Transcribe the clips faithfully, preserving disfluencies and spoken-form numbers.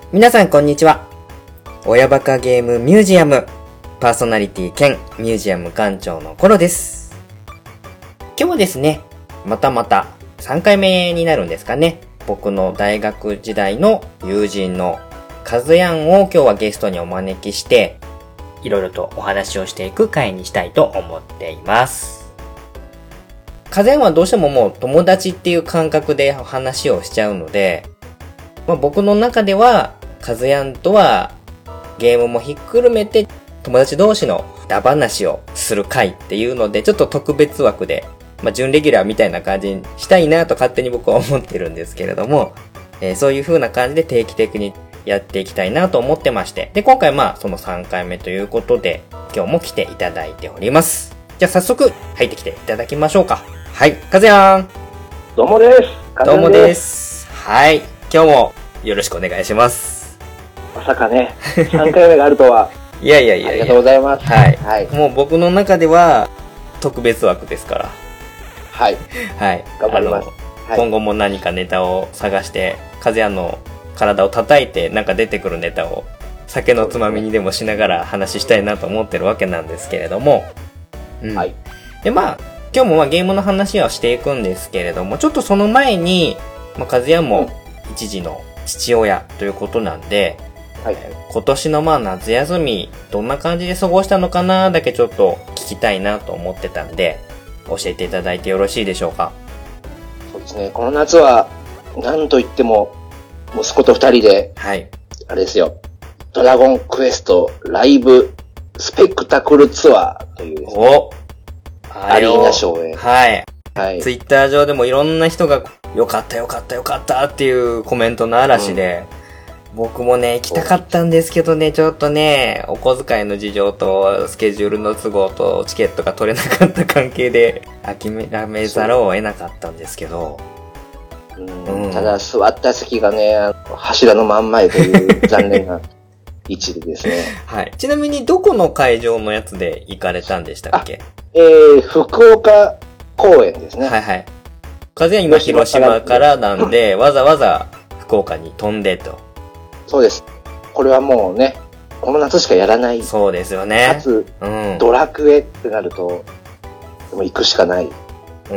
皆さんこんにちは。親バカゲームミュージアムパーソナリティ兼ミュージアム館長のコロです。今日はですね、またまたさんかいめになるんですかね。僕の大学時代の友人のカズヤンを今日はゲストにお招きして、いろいろとお話をしていく回にしたいと思っています。カズヤンはどうしてももう友達っていう感覚で話をしちゃうので、まあ、僕の中ではカズヤンとはゲームもひっくるめて友達同士のダ話をする回っていうので、ちょっと特別枠で、まあ、準レギュラーみたいな感じにしたいなと勝手に僕は思ってるんですけれども、えー、そういう風な感じで定期的にやっていきたいなと思ってまして、で今回まあそのさんかいめということで今日も来ていただいております。じゃあ早速入ってきていただきましょうか。はい、カズヤン。 どうもです。 どうもです。はい、今日もよろしくお願いします。 まさかね、さんかいめがあるとは。 いやいやいやいや。 ありがとうございます。 はい。はい、もう僕の中では特別枠ですから。 はい。 はい。 頑張ります。 はい、今後も何かネタを探して、カズヤンの体を叩いてなんか出てくるネタを酒のつまみにでもしながら話したいなと思ってるわけなんですけれども。うん、はい。で、まあ、今日もまあゲームの話はしていくんですけれども、ちょっとその前に、まあ、カズヤンも一児の父親ということなんで、はい、今年のまあ夏休みどんな感じで過ごしたのかなだけちょっと聞きたいなと思ってたんで、教えていただいてよろしいでしょうか。 そうですね、この夏は何と言っても息子と二人で、はい、あれですよ、ドラゴンクエストライブスペクタクルツアーというですね、おアリーナショーへ、 はい、はい、ツイッター上でもいろんな人がよかったよかったよかったっていうコメントの嵐で、うん、僕もね行きたかったんですけどね、ちょっとねお小遣いの事情とスケジュールの都合とチケットが取れなかった関係で諦めざるを得なかったんですけど、 うん、ただ座った席がね柱の真ん前という残念な位置でですねはい。ちなみにどこの会場のやつで行かれたんでしたっけ？ えー、福岡公演ですね。 はいはい。カズヤン今広島からなんで、わざわざ福岡に飛んでと。 そうです。これはもうね、この夏しかやらない。 そうですよね。 かつ、うん、ドラクエってなると、でも行くしかない、ね。 うん。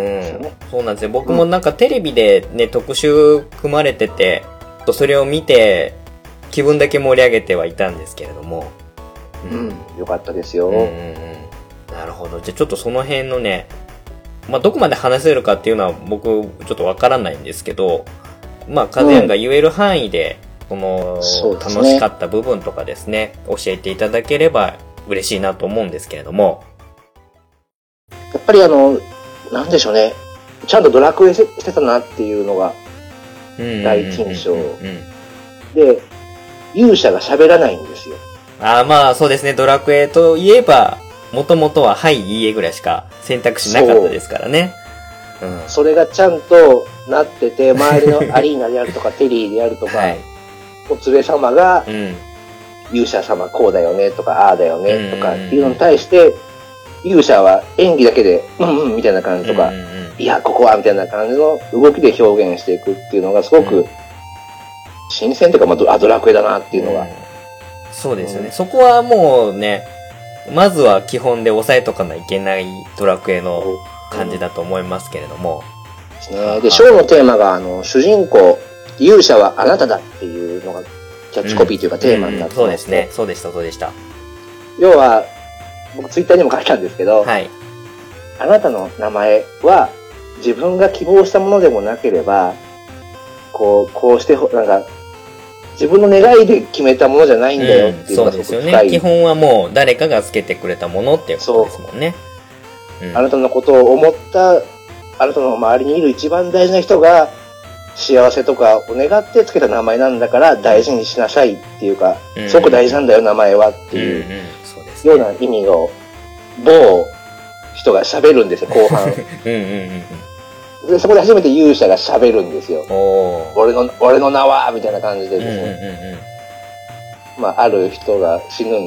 そうなんですよ。僕もなんかテレビでね、特集組まれてて、それを見て、気分だけ盛り上げてはいたんですけれども。 うん。うん、よかったですよ。うんうんうん。 なるほど。じゃあちょっとその辺のね、まあ、どこまで話せるかっていうのは僕ちょっとわからないんですけど、まあ、カズヤンが言える範囲で、この、楽しかった部分とかですね、教えていただければ嬉しいなと思うんですけれども。 やっぱりあの、なんでしょうね、ちゃんとドラクエしてたなっていうのが、第一印象。で、勇者が喋らないんですよ。 ああ、まあそうですね、ドラクエといえば、もともとははい、いいえぐらいしか選択肢なかったですからね。 うん、それがちゃんとなってて、周りのアリーナであるとか、テリーであるとか、はい、お連れ様が、うん、勇者様こうだよねとか、ああだよねとかっていうのに対して、勇者は演技だけで、うんうんみたいな感じとか、うんうん、いや、ここはみたいな感じの動きで表現していくっていうのがすごく新鮮というか、まあ、ドラクエだなっていうのが。うん、 そうですよね、うん。そこはもうね、まずは基本で抑えとかないといけないドラクエの感じだと思いますけれども。 うん、で、ショーのテーマが、あの、主人公、勇者はあなただっていうのがキャッチコピーというかテーマになって、 うんうん、そうですね。そうでした、そうでした。 要は、僕ツイッターにも書いたんですけど、はい、あなたの名前は自分が希望したものでもなければ、こう、こうして、なんか、自分の願いで決めたものじゃないんだよっていうのがすごく深い、うん、そうですよね。 基本はもう誰かがつけてくれたものっていうことですもんね。 うん、あなたのことを思った、あなたの周りにいる一番大事な人が幸せとかを願ってつけた名前なんだから大事にしなさいっていうか、うん、すごく大事なんだよ名前はっていう、うんうん、そうですね、ような意味を某人が喋るんですよ、後半。うんうんうんで、そこで初めて勇者が喋るんですよ。俺の、俺の名はみたいな感じでですね。うんうんうん、まあ、ある人が死ぬん。ん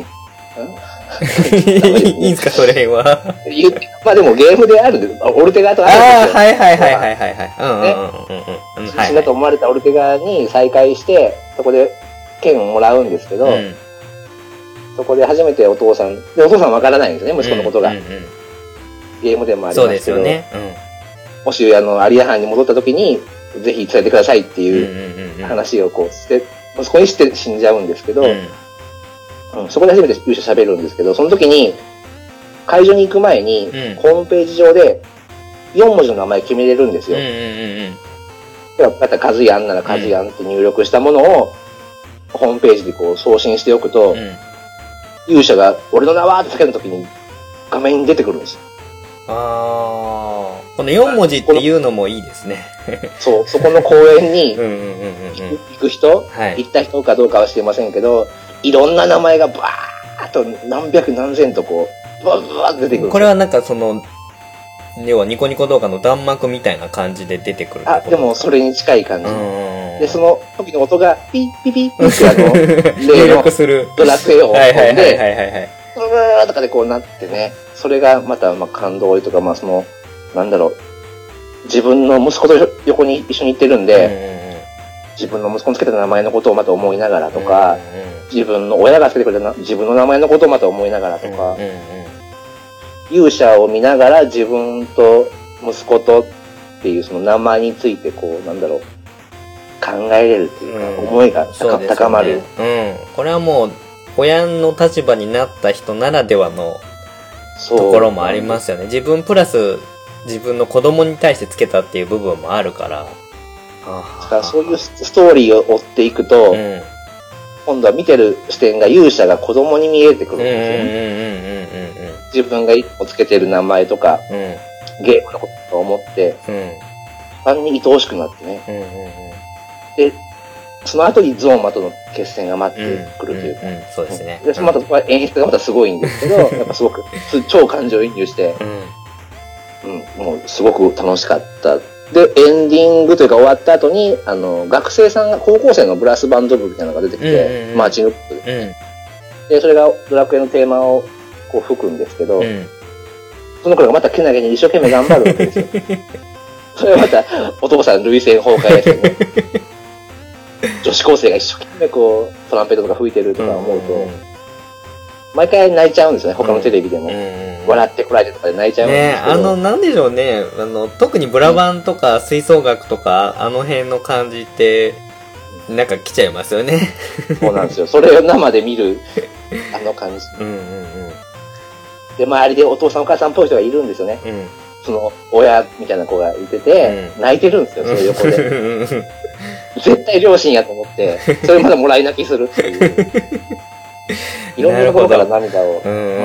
いいんすか、それは。 まあでもゲームであるんです。オルテガとあるんですよ。 ああ、はいはいはいはいはいはい。 死んだと思われたオルテガに再会して、そこで券をもらうんですけど、うん、そこで初めてお父さん、で、お父さんわからないんですよね、息子のことが。うんうんうん、ゲームでもありますけど。そうですよね。うん、もし、あの、アリア藩に戻った時に、ぜひ伝えてくださいっていう話をこうして、息子にして死んじゃうんですけど、うんうん、そこで初めて勇者喋るんですけど、その時に、会場に行く前に、うん、ホームページ上でよん文字の名前決めれるんですよ。うんうんうんうん、また、カズヤンならカズヤンって入力したものを、ホームページでこう送信しておくと、うん、勇者が俺の名はって叫んだ時に画面に出てくるんですよ。 あー、このよん文字っていうのもいいですね。 そう、そこの公園に行く人、はい、行った人かどうかは知りませんけど、いろんな名前がバーッと何百何千とこう、バーッと出てくる。 これはなんかその、要はニコニコ動画の弾幕みたいな感じで出てくるってことですか？ あ、でもそれに近い感じ。で、その時の音がピッピピッピってあの、例のドラクエを飛んで、ブーとかでこうなってね、それがまたまあ感動とか、まあその、なんだろう、自分の息子と横に一緒に行ってるんで、うんうんうん、自分の息子のつけた名前のことをまた思いながらとか、うんうん、自分の親がつけてくれた自分の名前のことをまた思いながらとか、うんうんうん、勇者を見ながら自分と息子とっていうその名前についてこう、なんだろう、考えれるっていうか、うん、思いが高、ね、高まる。 うん。これはもう、親の立場になった人ならではのところもありますよね。自分プラス自分の子供に対してつけたっていう部分もあるから。 だからそういうストーリーを追っていくと、うん、今度は見てる視点が勇者が子供に見えてくるんですよね。自分が一個つけてる名前とか、うん、ゲームのことを思って、うん、ファンに愛おしくなってね。うんうんうん、で、その後にゾーンマとの決戦が待ってくるというか、うんうんうん、そうですね。で、その後、うん、演出がまたすごいんですけど、やっぱすごく超感情移入して、うん、うん、もうすごく楽しかった。で、エンディングというか終わった後に、あの、学生さんが、高校生のブラスバンド部みたいなのが出てきて、うんうんうん、マーチング部で、うん。で、それがドラクエのテーマをこう吹くんですけど、うん、その子がまたけなげに一生懸命頑張るわけですよ。それはまた、お父さん類線崩壊ですよね。女子高生が一生懸命こう、トランペットとか吹いてるとか思うと、うんうんうん、毎回泣いちゃうんですよね、他のテレビでも。うんうんうん、笑ってこられてとかで泣いちゃうんですけど。 ね、あの、なんでしょうね、あの、特にブラバンとか吹奏楽とか、あの辺の感じって、なんか来ちゃいますよね。 そうなんですよ。それを生で見る、あの感じ。うんうんうん、で、周りでお父さんお母さんっぽい人がいるんですよね。うん、その、親みたいな子がいてて、うん、泣いてるんですよ、その横で。絶対両親やと思って、それまだもらい泣きするっていう。いろんなところから涙を。うんうんうん、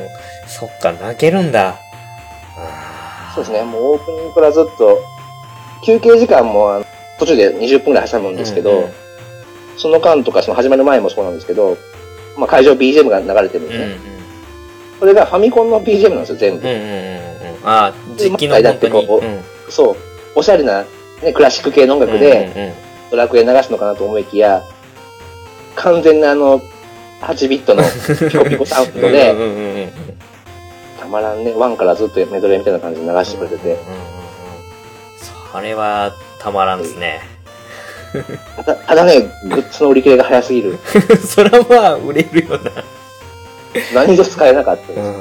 そっか、泣けるんだ。 そうですね、もうオープニングからずっと、休憩時間も途中でにじゅっぷんぐらい挟むんですけど、うんうん、その間とかその始まる前もそうなんですけど、まあ、会場 ビージーエム が流れてるんですね。うんうん、それがファミコンの ビージーエム なんですよ、全部。うんうんうん、 ああ、実機の本当に、 うん、そう、おしゃれな、ね、クラシック系の音楽で、うんうんうん、ドラクエ流すのかなと思いきや、完全なあの、はちビットのピコピコサウンドで、うんうんうんうん、たまらんね、ワンからずっとメドレーみたいな感じで流してくれてて。うんうんうん、 それはたまらんですね。 ただ、ただね、グッズの売り切れが早すぎる。 それはまあ、売れるよな。 何度使えなかったです。うん、は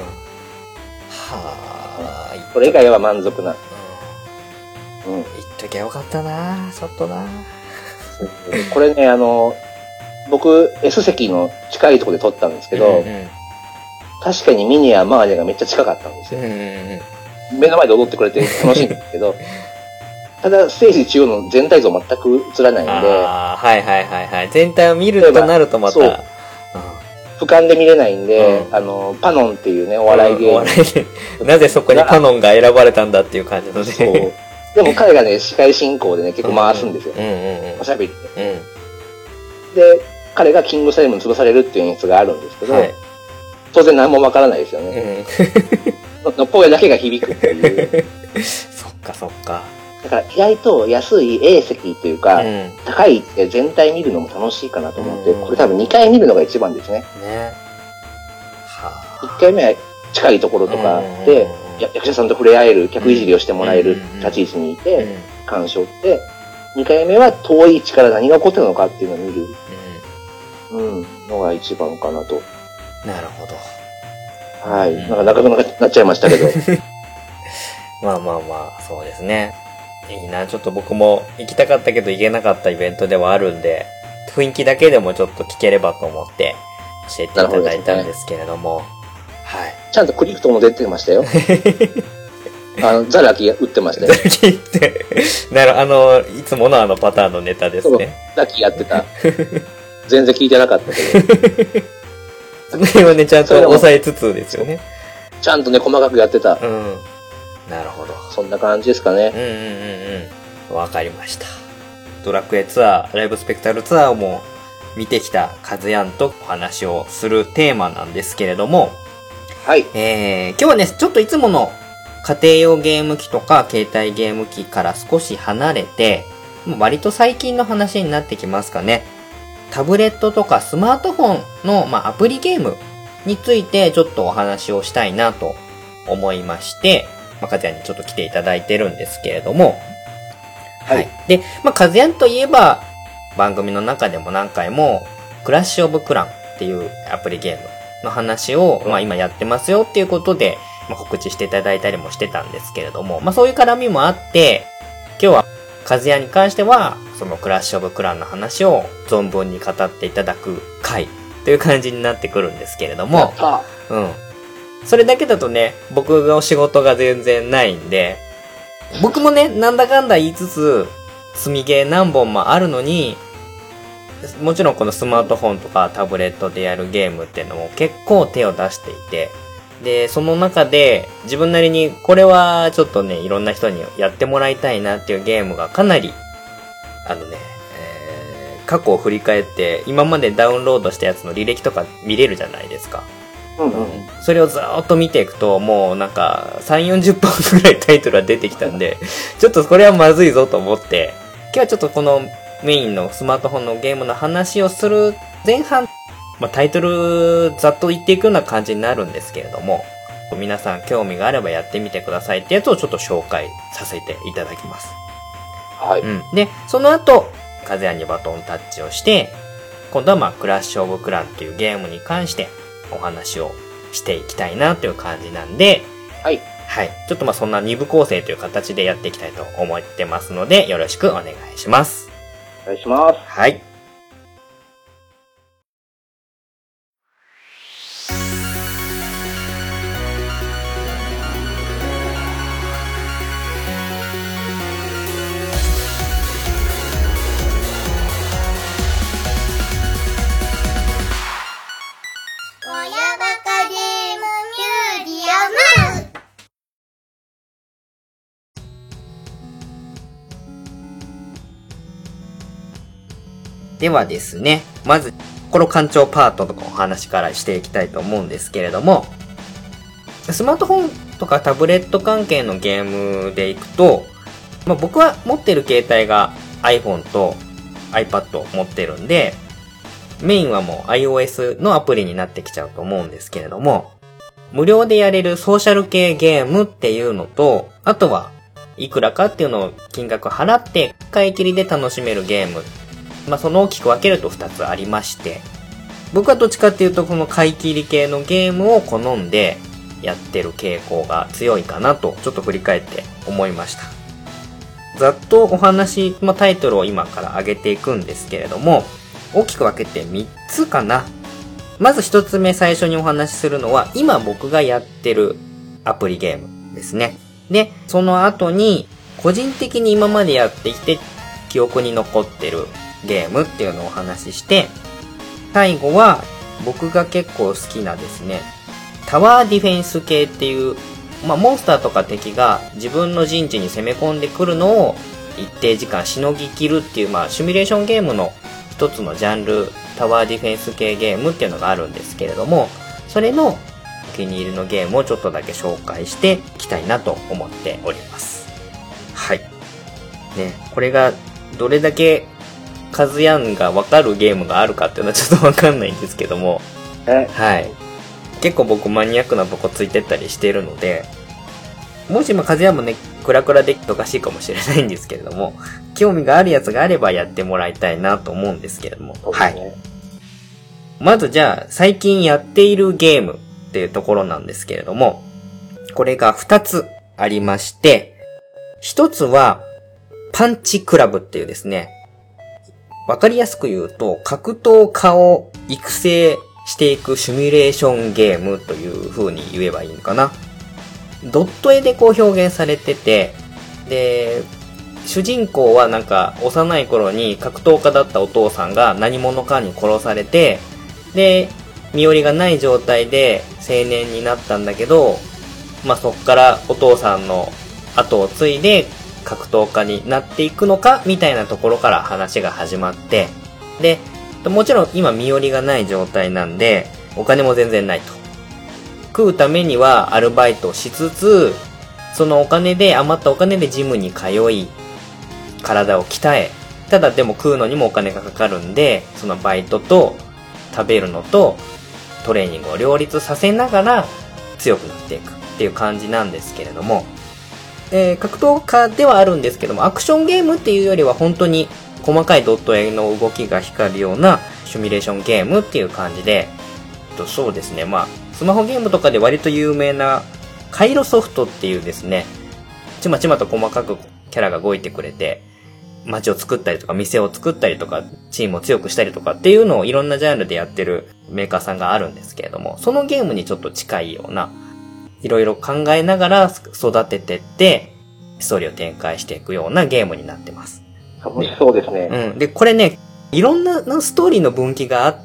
ぁ、それ以外は満足な。 うん。言っときゃよかったな、ちょっとな。 これね、あの、僕、S 席の近いところで撮ったんですけど、うんうん、確かにミニやマーネがめっちゃ近かったんですよ。うんうんうん、目の前で踊ってくれて楽しいんですけど、ただステージ中央の全体像全く映らないんで、 あ、はいはいはいはい。全体を見るとなるとまた、そう、うん、 俯瞰で見れないんで、うん、あの、パノンっていうね、お笑い芸人、 うん、なぜそこにパノンが選ばれたんだっていう感じのね。そう。 でも彼がね、司会進行でね、結構回すんですよ。うんうんうん、おしゃべりで、うん。で、彼がキングサイムに潰されるっていう演出があるんですけど、はい、当然何もわからないですよね。うん、の声だけが響くっていう。 そっかそっか。 だから意外と安い A 席というか、うん、高い全体見るのも楽しいかなと思って、うん、これ多分にかい見るのが一番ですね。ね、はあ、いっかいめは近いところとかで、うん、役者さんと触れ合える、客いじりをしてもらえる立ち位置にいて、うん、鑑賞って、にかいめは遠い位置から何が起こってるのかっていうのを見る。うん、 うん、のが一番かなと。 なるほど。 はい。うん、なんか長くなっちゃいましたけど。 まあまあまあ、そうですね。いいな、ちょっと僕も行きたかったけど行けなかったイベントではあるんで、雰囲気だけでもちょっと聞ければと思って教えていただいたんですけれども。はい。 ちゃんとクリフトも出てましたよ。あの、ザラキ売ってましたよ。 ザラキって、なる、あの、いつものあのパターンのネタですね。 ザラキやってた。全然聞いてなかったけど。 その辺はね、ちゃんと抑えつつですよね。 ちゃんとね、細かくやってた。 うん。なるほど。 そんな感じですかね。 うんうんうんうん。わかりました。ドラクエツアー、ライブスペクタルツアーも見てきたカズヤンとお話をするテーマなんですけれども、 はい。 えー、今日はね、ちょっといつもの家庭用ゲーム機とか携帯ゲーム機から少し離れて、もう割と最近の話になってきますかね。タブレットとかスマートフォンの、まあ、アプリゲームについてちょっとお話をしたいなと思いまして、まあ、カズヤンにちょっと来ていただいてるんですけれども、はい。はい、で、まあ、カズヤンといえば、番組の中でも何回も、クラッシュオブクランっていうアプリゲームの話を、まあ、今やってますよっていうことで、まあ、告知していただいたりもしてたんですけれども、まあ、そういう絡みもあって、今日は、カズヤに関しては、そのクラッシュオブクランの話を存分に語っていただく回という感じになってくるんですけれども、うん。それだけだとね、僕の仕事が全然ないんで、僕もね、なんだかんだ言いつつ、積みゲー何本もあるのに、もちろんこのスマートフォンとかタブレットでやるゲームっていうのも結構手を出していて、で、その中で自分なりにこれはちょっとね、いろんな人にやってもらいたいなっていうゲームがかなり、あのね、えー、過去を振り返って今までダウンロードしたやつの履歴とか見れるじゃないですか。 うんうん。 それをずーっと見ていくと、もうなんかさん、よんじゅっぽんくらいタイトルが出てきたんで、ちょっとこれはまずいぞと思って、今日はちょっとこのメインのスマートフォンのゲームの話をする前半、まあ、タイトルざっと言っていくような感じになるんですけれども、皆さん興味があればやってみてくださいってやつをちょっと紹介させていただきます。 はい。 うん。で、その後、カズヤにバトンタッチをして、今度はまあクラッシュオブクランっていうゲームに関してお話をしていきたいなという感じなんで、 はい。 はい。ちょっとまあそんな二部構成という形でやっていきたいと思ってますので、よろしくお願いします。 お願いします。 はい。ではですね、まず、この館長パートとかお話からしていきたいと思うんですけれども、スマートフォンとかタブレット関係のゲームでいくと、まあ、僕は持ってる携帯が iPhone と iPad を持ってるんで、メインはもう iOS のアプリになってきちゃうと思うんですけれども、無料でやれるソーシャル系ゲームっていうのと、あとはいくらかっていうのを金額払って買い切りで楽しめるゲーム。まあ、その大きく分けるとふたつありまして、僕はどっちかっていうとこの買い切り系のゲームを好んでやってる傾向が強いかなとちょっと振り返って思いました。ざっとお話、まあ、タイトルを今から上げていくんですけれども、大きく分けてみっつかな。まずひとつめ最初にお話しするのは今僕がやってるアプリゲームですね。で、その後に個人的に今までやってきて記憶に残ってるゲームっていうのをお話しして、最後は僕が結構好きなですね、タワーディフェンス系っていう、まあモンスターとか敵が自分の陣地に攻め込んでくるのを一定時間しのぎきるっていう、まあシミュレーションゲームの一つのジャンル、タワーディフェンス系ゲームっていうのがあるんですけれども、それのお気に入りのゲームをちょっとだけ紹介していきたいなと思っております。はい。ね、これがどれだけカズヤンがわかるゲームがあるかっていうのはちょっとわかんないんですけども、はい。結構僕マニアックなとこついてったりしてるので、もしまあカズヤンもね、クラクラでおかしいかもしれないんですけれども、興味があるやつがあればやってもらいたいなと思うんですけれども、はい。 まずじゃあ、最近やっているゲームっていうところなんですけれども、これがふたつありまして、ひとつは、パンチクラブっていうですね、わかりやすく言うと、格闘家を育成していくシミュレーションゲームという風に言えばいいのかな。ドット絵でこう表現されてて、で、主人公はなんか幼い頃に格闘家だったお父さんが何者かに殺されて、で、身寄りがない状態で青年になったんだけど、まあ、そっからお父さんの後を継いで格闘家になっていくのかみたいなところから話が始まって、で、もちろん今身寄りがない状態なんで、お金も全然ないと。食うためにはアルバイトをしつつ、そのお金で、余ったお金でジムに通い、体を鍛え、ただでも食うのにもお金がかかるんで、そのバイトと食べるのとトレーニングを両立させながら強くなっていくっていう感じなんですけれども、えー、格闘家ではあるんですけども、アクションゲームっていうよりは本当に細かいドット絵の動きが光るようなシミュレーションゲームっていう感じで、そうですね、まあスマホゲームとかで割と有名なカイロソフトっていうですね、ちまちまと細かくキャラが動いてくれて、街を作ったりとか店を作ったりとかチームを強くしたりとかっていうのをいろんなジャンルでやってるメーカーさんがあるんですけれども、そのゲームにちょっと近いような、いろいろ考えながら育ててってストーリーを展開していくようなゲームになってます。 楽しそうですね。 うん。で、これね、いろんなストーリーの分岐があって、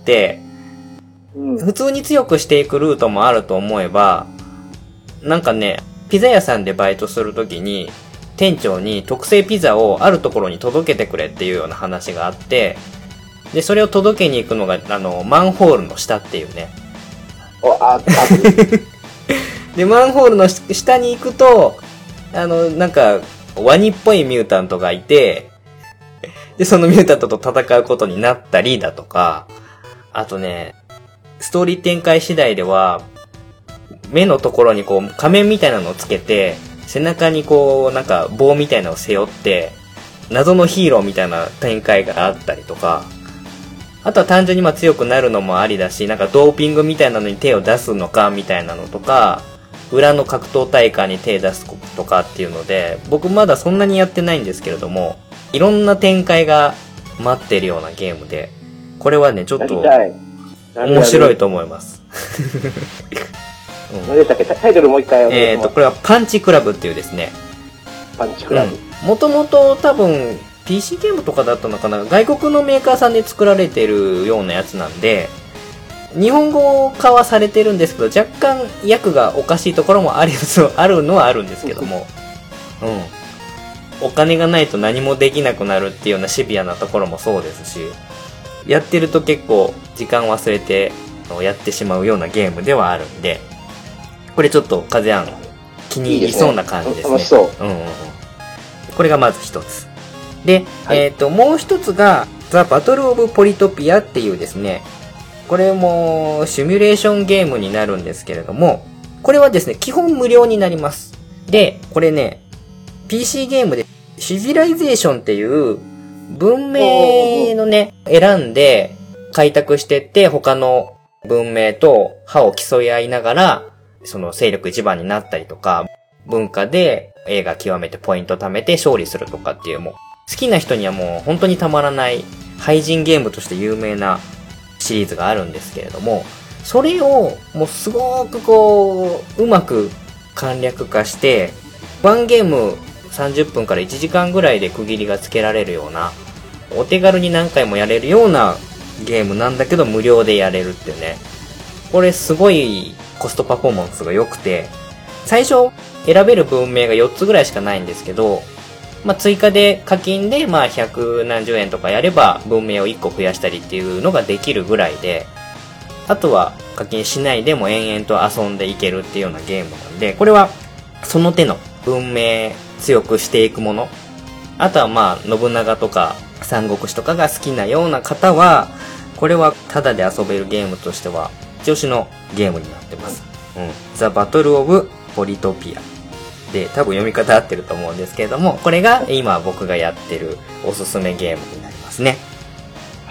うん、 普通に強くしていくルートもあると思えば、なんかね、ピザ屋さんでバイトするときに、店長に特製ピザをあるところに届けてくれっていうような話があって、で、それを届けに行くのが、あの、マンホールの下っていうね。 お、あ、あで、マンホールの下に行くと、あの、なんか、ワニっぽいミュータントがいて、で、そのミュータントと戦うことになったりだとか、あとね、ストーリー展開次第では、目のところにこう仮面みたいなのをつけて、背中にこうなんか棒みたいなのを背負って、謎のヒーローみたいな展開があったりとか、あとは単純にまあ強くなるのもありだし、なんかドーピングみたいなのに手を出すのかみたいなのとか、裏の格闘大会に手出すとかっていうので、僕まだそんなにやってないんですけれども、いろんな展開が待ってるようなゲームで、これはねちょっと面白いと思います。 何でしたっけ、タイトルもう一回お願いします。 えっと、これはパンチクラブっていうですね。 パンチクラブ。 もともと多分 ピーシー ゲームとかだったのかな、外国のメーカーさんで作られてるようなやつなんで、日本語化はされてるんですけど、若干訳がおかしいところもあるあるのはあるんですけども、うん。お金がないと何もできなくなるっていうようなシビアなところもそうですし、やってると結構時間忘れてやってしまうようなゲームではあるんで、これちょっと風あん気に入りそうな感じですね。 楽しそう。 うんうんうん。これがまず一つ。で、 はい、 えっと、もう一つが、ザ・バトル・オブ・ポリトピアっていうですね、これもシミュレーションゲームになるんですけれども、これはですね、基本無料になります。で、これね、ピーシー ゲームでシビライゼーションっていう文明のね、選んで開拓してって、他の文明と歯を競い合いながら、その勢力一番になったりとか、文化で映画極めてポイント貯めて勝利するとかっていう、もう好きな人にはもう本当にたまらない廃人ゲームとして有名なシリーズがあるんですけれども、それをもうすごくこううまく簡略化して、ワンゲームさんじゅっぷんからいちじかんぐらいで区切りがつけられるような、お手軽に何回もやれるようなゲームなんだけど無料でやれるっていうね、これすごいコストパフォーマンスが良くて、最初選べる文明がよっつぐらいしかないんですけど、まあ、追加で課金でまあ百何十円とかやれば文明をいっこ増やしたりっていうのができるぐらいで、あとは課金しないでも延々と遊んでいけるっていうようなゲームなんで、これはその手の文明強くしていくもの、あとはまあ信長とか三国志とかが好きなような方は、これはタダで遊べるゲームとしては一押しのゲームになってます。うん。ザ・バトル・オブ・ポリトピア。で、多分読み方合ってると思うんですけれども、これが今僕がやってるおすすめゲームになりますね。 は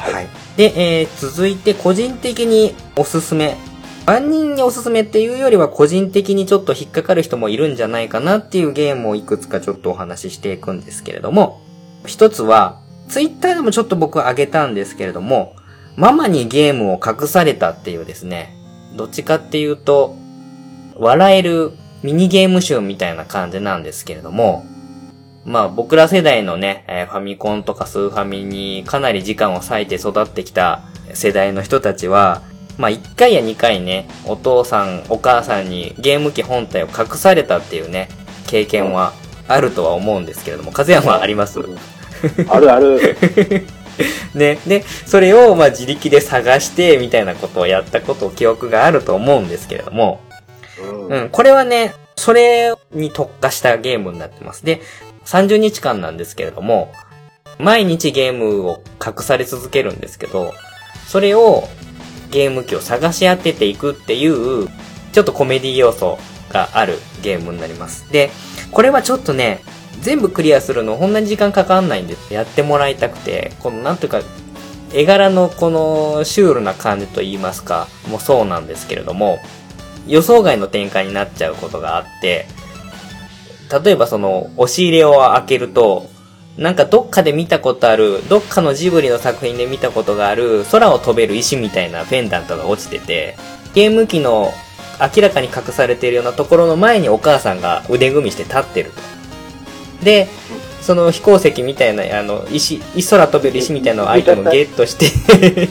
はい。で、えー、続いて個人的におすすめ。万人におすすめっていうよりは個人的にちょっと引っかかる人もいるんじゃないかなっていうゲームをいくつかちょっとお話ししていくんですけれども、一つは、ツイッターでもちょっと僕上げたんですけれども、ママにゲームを隠されたっていうですね、どっちかっていうと、笑えるミニゲーム集みたいな感じなんですけれども、まあ僕ら世代のね、えー、ファミコンとかスーファミにかなり時間を割いて育ってきた世代の人たちは、まあいっかいやにかいね、お父さんお母さんにゲーム機本体を隠されたっていうね、経験はあるとは思うんですけれども、和山はあります？ あるある。 ね、で、それをまあ自力で探してみたいなことをやったことを記憶があると思うんですけれども、うん、うん、これはね、それに特化したゲームになってます。で、さんじゅうにちかんなんですけれども、毎日ゲームを隠され続けるんですけど、それをゲーム機を探し当てていくっていう、ちょっとコメディ要素があるゲームになります。で、これはちょっとね、全部クリアするのこんなに時間かかんないんで、やってもらいたくて、このなんというか、絵柄のこのシュールな感じと言いますか、もうそうなんですけれども、予想外の展開になっちゃうことがあって、例えばその、押し入れを開けると、なんかどっかで見たことある、どっかのジブリの作品で見たことがある、空を飛べる石みたいなペンダントが落ちてて、ゲーム機の明らかに隠されているようなところの前にお母さんが腕組みして立ってると。で、その飛行石みたいな、あの、石、空飛べる石みたいなアイテムをゲットして、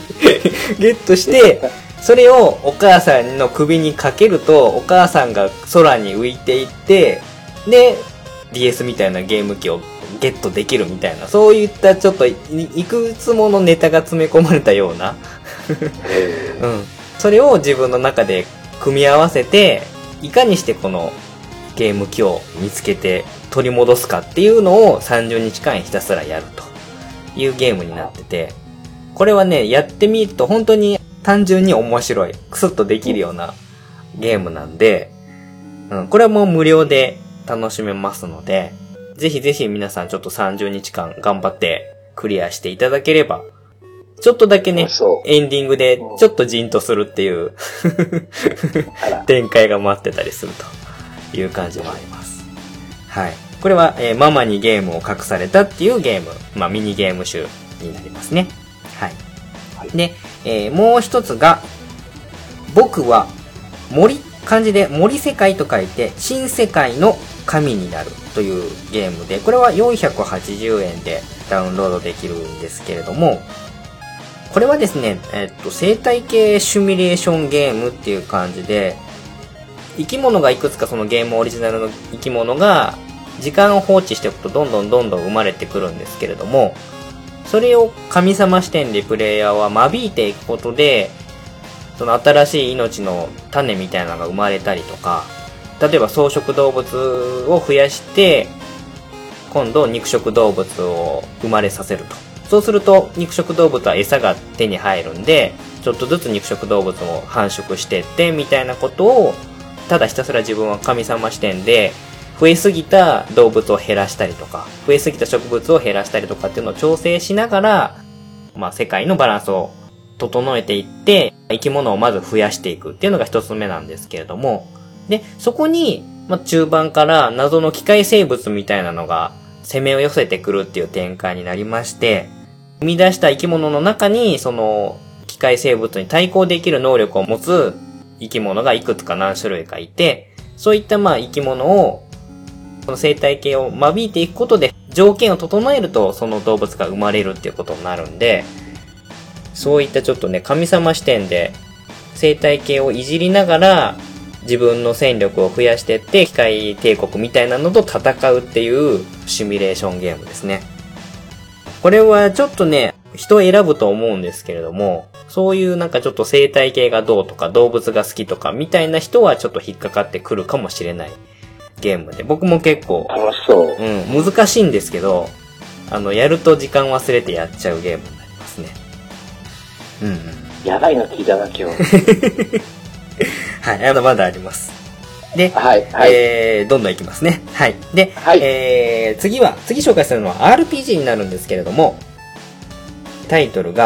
ゲットして、それをお母さんの首にかけると、お母さんが空に浮いていって、で、ディーエス みたいなゲーム機をゲットできるみたいな、そういったちょっといくつものネタが詰め込まれたような、うん。それを自分の中で組み合わせて、いかにしてこのゲーム機を見つけて取り戻すかっていうのをさんじゅうにちかんひたすらやるというゲームになってて、これはね、やってみると本当に単純に面白い、クスッとできるようなゲームなんで、うん、これはもう無料で楽しめますので、ぜひぜひ皆さんちょっとさんじゅうにちかん頑張ってクリアしていただければ、ちょっとだけね、エンディングでちょっとジーンとするっていう展開が待ってたりするという感じもあります。はい。これは、えー、ママにゲームを隠されたっていうゲーム、まあミニゲーム集になりますね。はい。はい、で、えー、もう一つが、僕は森、漢字で森世界と書いて、新世界の神になるというゲームで、これはよんひゃくはちじゅうえんでダウンロードできるんですけれども、これはですね、えっと、生態系シミュレーションゲームっていう感じで、生き物がいくつかそのゲームオリジナルの生き物が、時間を放置しておくとどんどんどんどん生まれてくるんですけれども、それを神様視点でプレイヤーは間引いていくことで、その新しい命の種みたいなのが生まれたりとか、例えば草食動物を増やして、今度肉食動物を生まれさせると。そうすると肉食動物は餌が手に入るんで、ちょっとずつ肉食動物を繁殖していってみたいなことを、ただひたすら自分は神様視点で、増えすぎた動物を減らしたりとか、増えすぎた植物を減らしたりとかっていうのを調整しながら、まあ世界のバランスを整えていって、生き物をまず増やしていくっていうのが一つ目なんですけれども、で、そこに、まあ中盤から謎の機械生物みたいなのが攻めを寄せてくるっていう展開になりまして、生み出した生き物の中に、その機械生物に対抗できる能力を持つ生き物がいくつか何種類かいて、そういったまあ生き物を、この生態系を間引いていくことで条件を整えるとその動物が生まれるっていうことになるんで、そういったちょっとね、神様視点で生態系をいじりながら自分の戦力を増やしていって機械帝国みたいなのと戦うっていうシミュレーションゲームですね。これはちょっとね、人を選ぶと思うんですけれども、そういうなんかちょっと生態系がどうとか動物が好きとかみたいな人はちょっと引っかかってくるかもしれないゲームで、僕も結構楽しそう。 うん、難しいんですけど、あの、やると時間忘れてやっちゃうゲームになりますね。うんうん。 やばいの聞いたな、今日。 はい、あの、まだあります。で、 はい、はい。 えー、どんどんいきますね。はい。で、 はい、 えー、次は、次紹介するのは アールピージー になるんですけれども、タイトルが、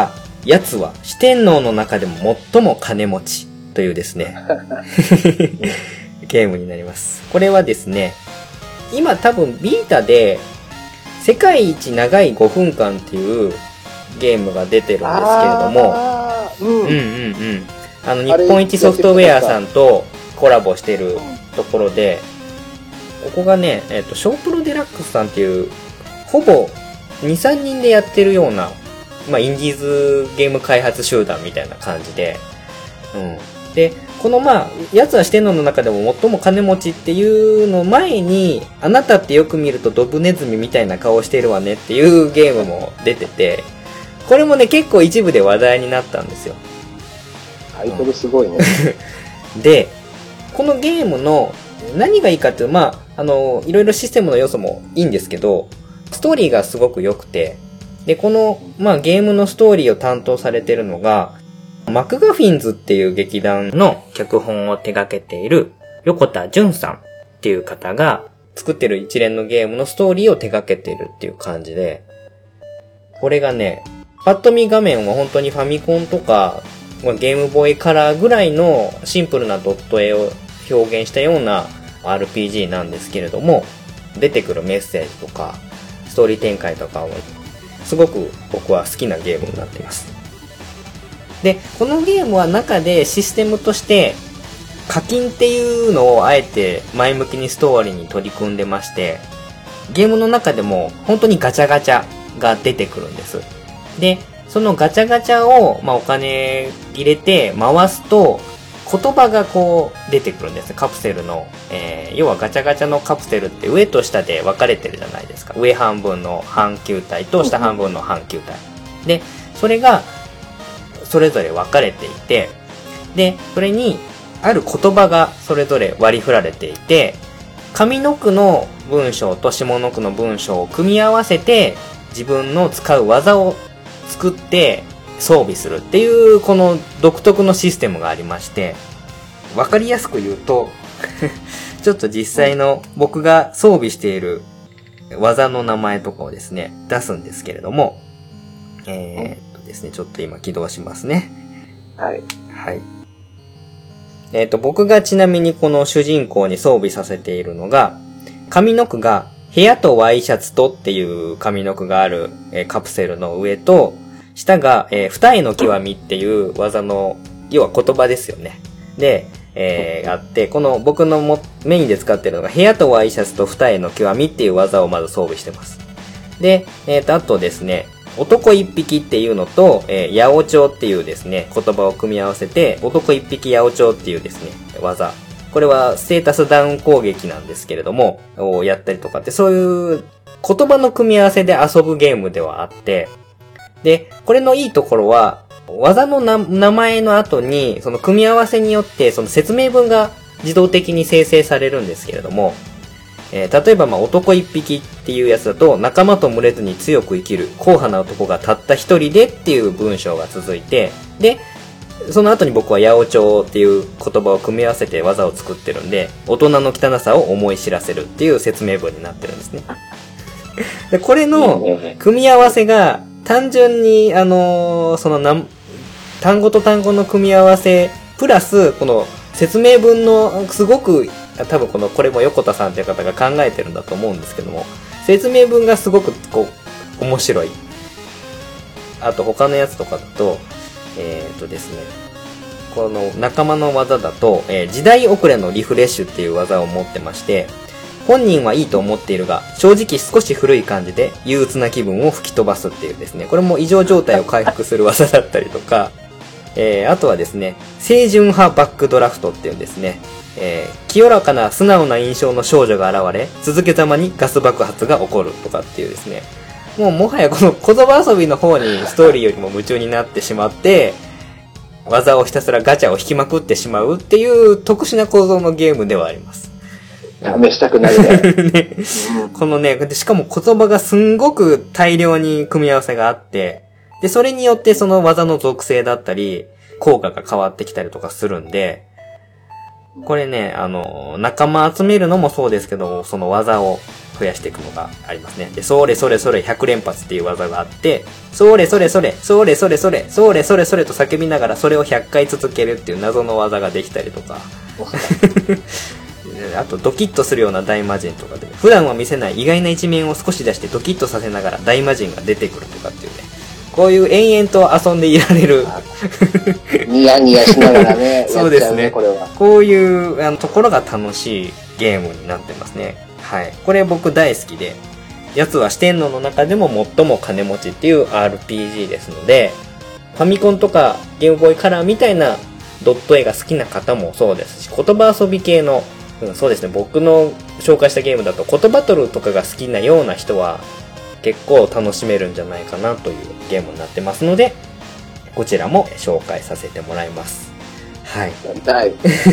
奴は四天王の中でも最も金持ちというですね、ゲームになります。これはですね、今多分ビータで世界一長いごふんかんっていうゲームが出てるんですけれども、うん、うんうんうんあの日本一ソフトウェアさんとコラボしてるところで、ここがね、えっと、ショープロデラックスさんっていう、ほぼに、さんにんでやってるような、まあ、インディーズゲーム開発集団みたいな感じで、うん。で、このまあ、奴は四天王の中でも最も金持ちっていうの前に、あなたってよく見るとドブネズミみたいな顔してるわねっていうゲームも出てて、これもね、結構一部で話題になったんですよ。 タイトルすごいね。 で、このゲームの何がいいかっていうと、まあ、あの、いろいろシステムの要素もいいんですけど、ストーリーがすごく良くて、で、この、まあ、ゲームのストーリーを担当されてるのが、マクガフィンズっていう劇団の脚本を手掛けている横田純さんっていう方が作ってる一連のゲームのストーリーを手掛けているっていう感じで、これがね、パッと見画面は本当にファミコンとか、ゲームボーイカラーぐらいのシンプルなドット絵を表現したような アールピージー なんですけれども、出てくるメッセージとかストーリー展開とかをすごく僕は好きなゲームになっています。で、このゲームは中でシステムとして課金っていうのをあえて前向きにストーリーに取り組んでまして、ゲームの中でも本当にガチャガチャが出てくるんです。で、そのガチャガチャを、まあ、お金入れて回すと言葉がこう出てくるんです。カプセルの、えー、要はガチャガチャのカプセルって上と下で分かれてるじゃないですか。上半分の半球体と下半分の半球体。で、それがそれぞれ分かれていて、で、それにある言葉がそれぞれ割り振られていて、上の句の文章と下の句の文章を組み合わせて自分の使う技を作って装備するっていうこの独特のシステムがありまして、わかりやすく言うとちょっと実際の僕が装備している技の名前とかをですね出すんですけれども、えー、っとですねちょっと今起動しますね。 はいはい。えー、っと僕がちなみにこの主人公に装備させているのが、上の句が部屋とワイシャツとっていう上の句がある、えー、カプセルの上と、下が、えー、二重の極みっていう技の、要は言葉ですよね。で、えー、あって、この僕のもメインで使ってるのが、部屋とワイシャツと二重の極みっていう技をまず装備してます。で、えーと、あとですね、男一匹っていうのと、えー、八百長っていうですね、言葉を組み合わせて、男一匹八百長っていうですね、技。これはステータスダウン攻撃なんですけれども、をやったりとかって、そういう言葉の組み合わせで遊ぶゲームではあって、で、これのいいところは、技のな名前の後に、その組み合わせによって、その説明文が自動的に生成されるんですけれども、えー、例えば、まあ、男一匹っていうやつだと、仲間と群れずに強く生きる、硬派な男がたった一人でっていう文章が続いて、で、その後に僕は八百長っていう言葉を組み合わせて技を作ってるんで、大人の汚さを思い知らせるっていう説明文になってるんですね。で、これの組み合わせが、単純に、あのー、そのな、単語と単語の組み合わせ、プラス、この説明文の、すごく、多分この、これも横田さんという方が考えてるんだと思うんですけども、説明文がすごく、こう、面白い。あと、他のやつとかだと、えーとですね、この仲間の技だと、えー、時代遅れのリフレッシュっていう技を持ってまして、本人はいいと思っているが、正直少し古い感じで憂鬱な気分を吹き飛ばすっていうですね、これも異常状態を回復する技だったりとか、えー、あとはですね、清純派バックドラフトっていうですね、えー、清らかな素直な印象の少女が現れ、続けざまにガス爆発が起こるとかっていうですね、もうもはやこの言葉遊びの方にストーリーよりも夢中になってしまって、技をひたすらガチャを引きまくってしまうっていう特殊な構造のゲームではあります。 試したくなるね。 ねこのね、しかも言葉がすんごく大量に組み合わせがあって、で、それによってその技の属性だったり、効果が変わってきたりとかするんで、これね、あの、仲間集めるのもそうですけど、その技を増やしていくのがありますね。で、それそれそれひゃく連発っていう技があって、それそれそれ、それそれそれ、それそれそれと叫びながらそれをひゃっかい続けるっていう謎の技ができたりとか。あとドキッとするような大魔神とかで、普段は見せない意外な一面を少し出してドキッとさせながら大魔神が出てくるとかっていうね。こういう延々と遊んでいられる。 ニヤニヤしながらね。 そうですね。 やっちゃうね、これは。 こういうあのところが楽しいゲームになってますね。はい。これ僕大好きで、やつは四天王の中でも最も金持ちっていう アールピージー ですので、ファミコンとかゲームボーイカラーみたいなドット絵が好きな方もそうですし、言葉遊び系の、うん、そうですね、僕の紹介したゲームだと言バトルとかが好きなような人は結構楽しめるんじゃないかなというゲームになってますので、こちらも紹介させてもらいます。はい。 はい。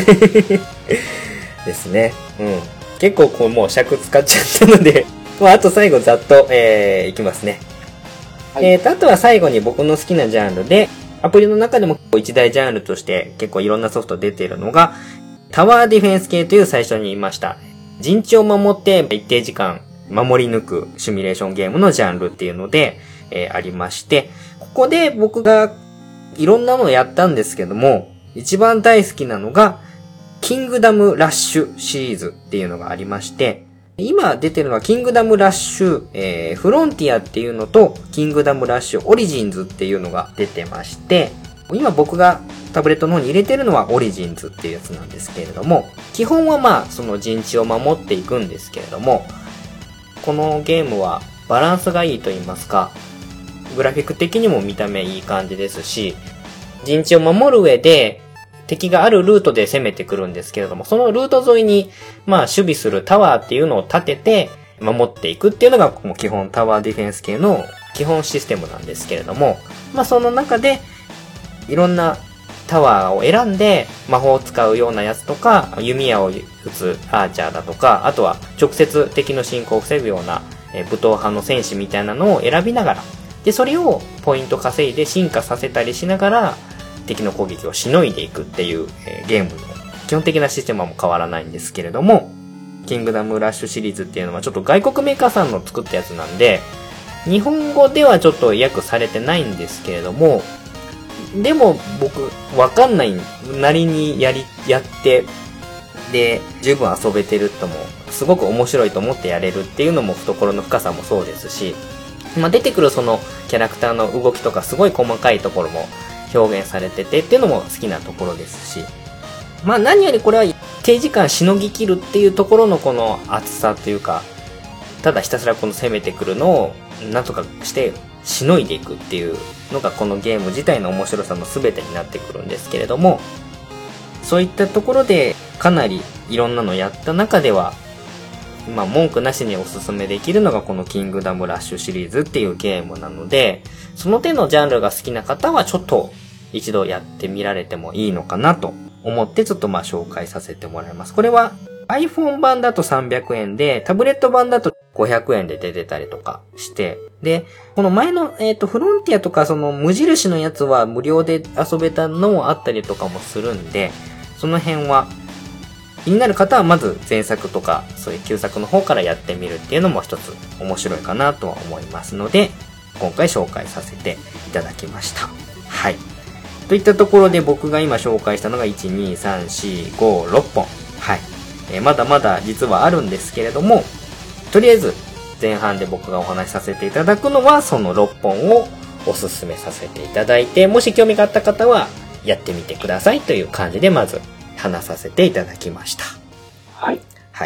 ですね。うん。結構こうもう尺使っちゃったので、まああと最後ざっと、えー、いきますね。はい、えーと、あとは最後に僕の好きなジャンルで、アプリの中でも一大ジャンルとして結構いろんなソフト出ているのが、タワーディフェンス系という最初に言いました。陣地を守って一定時間守り抜くシミュレーションゲームのジャンルっていうので、えー、ありまして、ここで僕がいろんなのをやったんですけども、一番大好きなのが、キングダムラッシュシリーズっていうのがありまして、今出てるのはキングダムラッシュ、えー、フロンティアっていうのと、キングダムラッシュオリジンズっていうのが出てまして、今僕がタブレットの方に入れてるのはオリジンズっていうやつなんですけれども、基本はまあその陣地を守っていくんですけれども、このゲームはバランスがいいと言いますか、グラフィック的にも見た目いい感じですし、陣地を守る上で敵があるルートで攻めてくるんですけれども、そのルート沿いにまあ守備するタワーっていうのを立てて守っていくっていうのがもう基本タワーディフェンス系の基本システムなんですけれども、まあその中でいろんなタワーを選んで魔法を使うようなやつとか、弓矢を撃つアーチャーだとか、あとは直接敵の進行を防ぐような武闘派の戦士みたいなのを選びながら、でそれをポイント稼いで進化させたりしながら敵の攻撃をしのいでいくっていう、えー、ゲームの基本的なシステムはもう変わらないんですけれども、キングダムラッシュシリーズっていうのはちょっと外国メーカーさんの作ったやつなんで、日本語ではちょっと訳されてないんですけれども、でも僕わかんないなりにやり、やって、で、十分遊べてるとも、すごく面白いと思ってやれるっていうのも懐の深さもそうですし、まあ、出てくるそのキャラクターの動きとかすごい細かいところも表現されててっていうのも好きなところですし、まあ何よりこれは定時間しのぎきるっていうところのこの熱さというか、ただひたすらこの攻めてくるのをなんとかしてしのいでいくっていうのがこのゲーム自体の面白さの全てになってくるんですけれども、そういったところでかなりいろんなのやった中では、まあ文句なしにおすすめできるのがこのキングダムラッシュシリーズっていうゲームなので、その手のジャンルが好きな方はちょっと一度やってみられてもいいのかなと思ってちょっとまあ紹介させてもらいます。これは iPhone 版だとさんびゃくえんで、タブレット版だとごひゃくえんで出てたりとかして、で、この前のえっとフロンティアとかその無印のやつは無料で遊べたのもあったりとかもするんで、その辺は気になる方はまず前作とかそういう旧作の方からやってみるっていうのも一つ面白いかなとは思いますので、今回紹介させていただきました。はい。といったところで僕が今紹介したのがいち、に、さん、し、ご、ろっぽん。はい。えー、まだまだ実はあるんですけれども、とりあえず前半で僕がお話しさせていただくのはそのろっぽんをおすすめさせていただいて、もし興味があった方はやってみてくださいという感じでまず話させていただきました。 はい。 はい。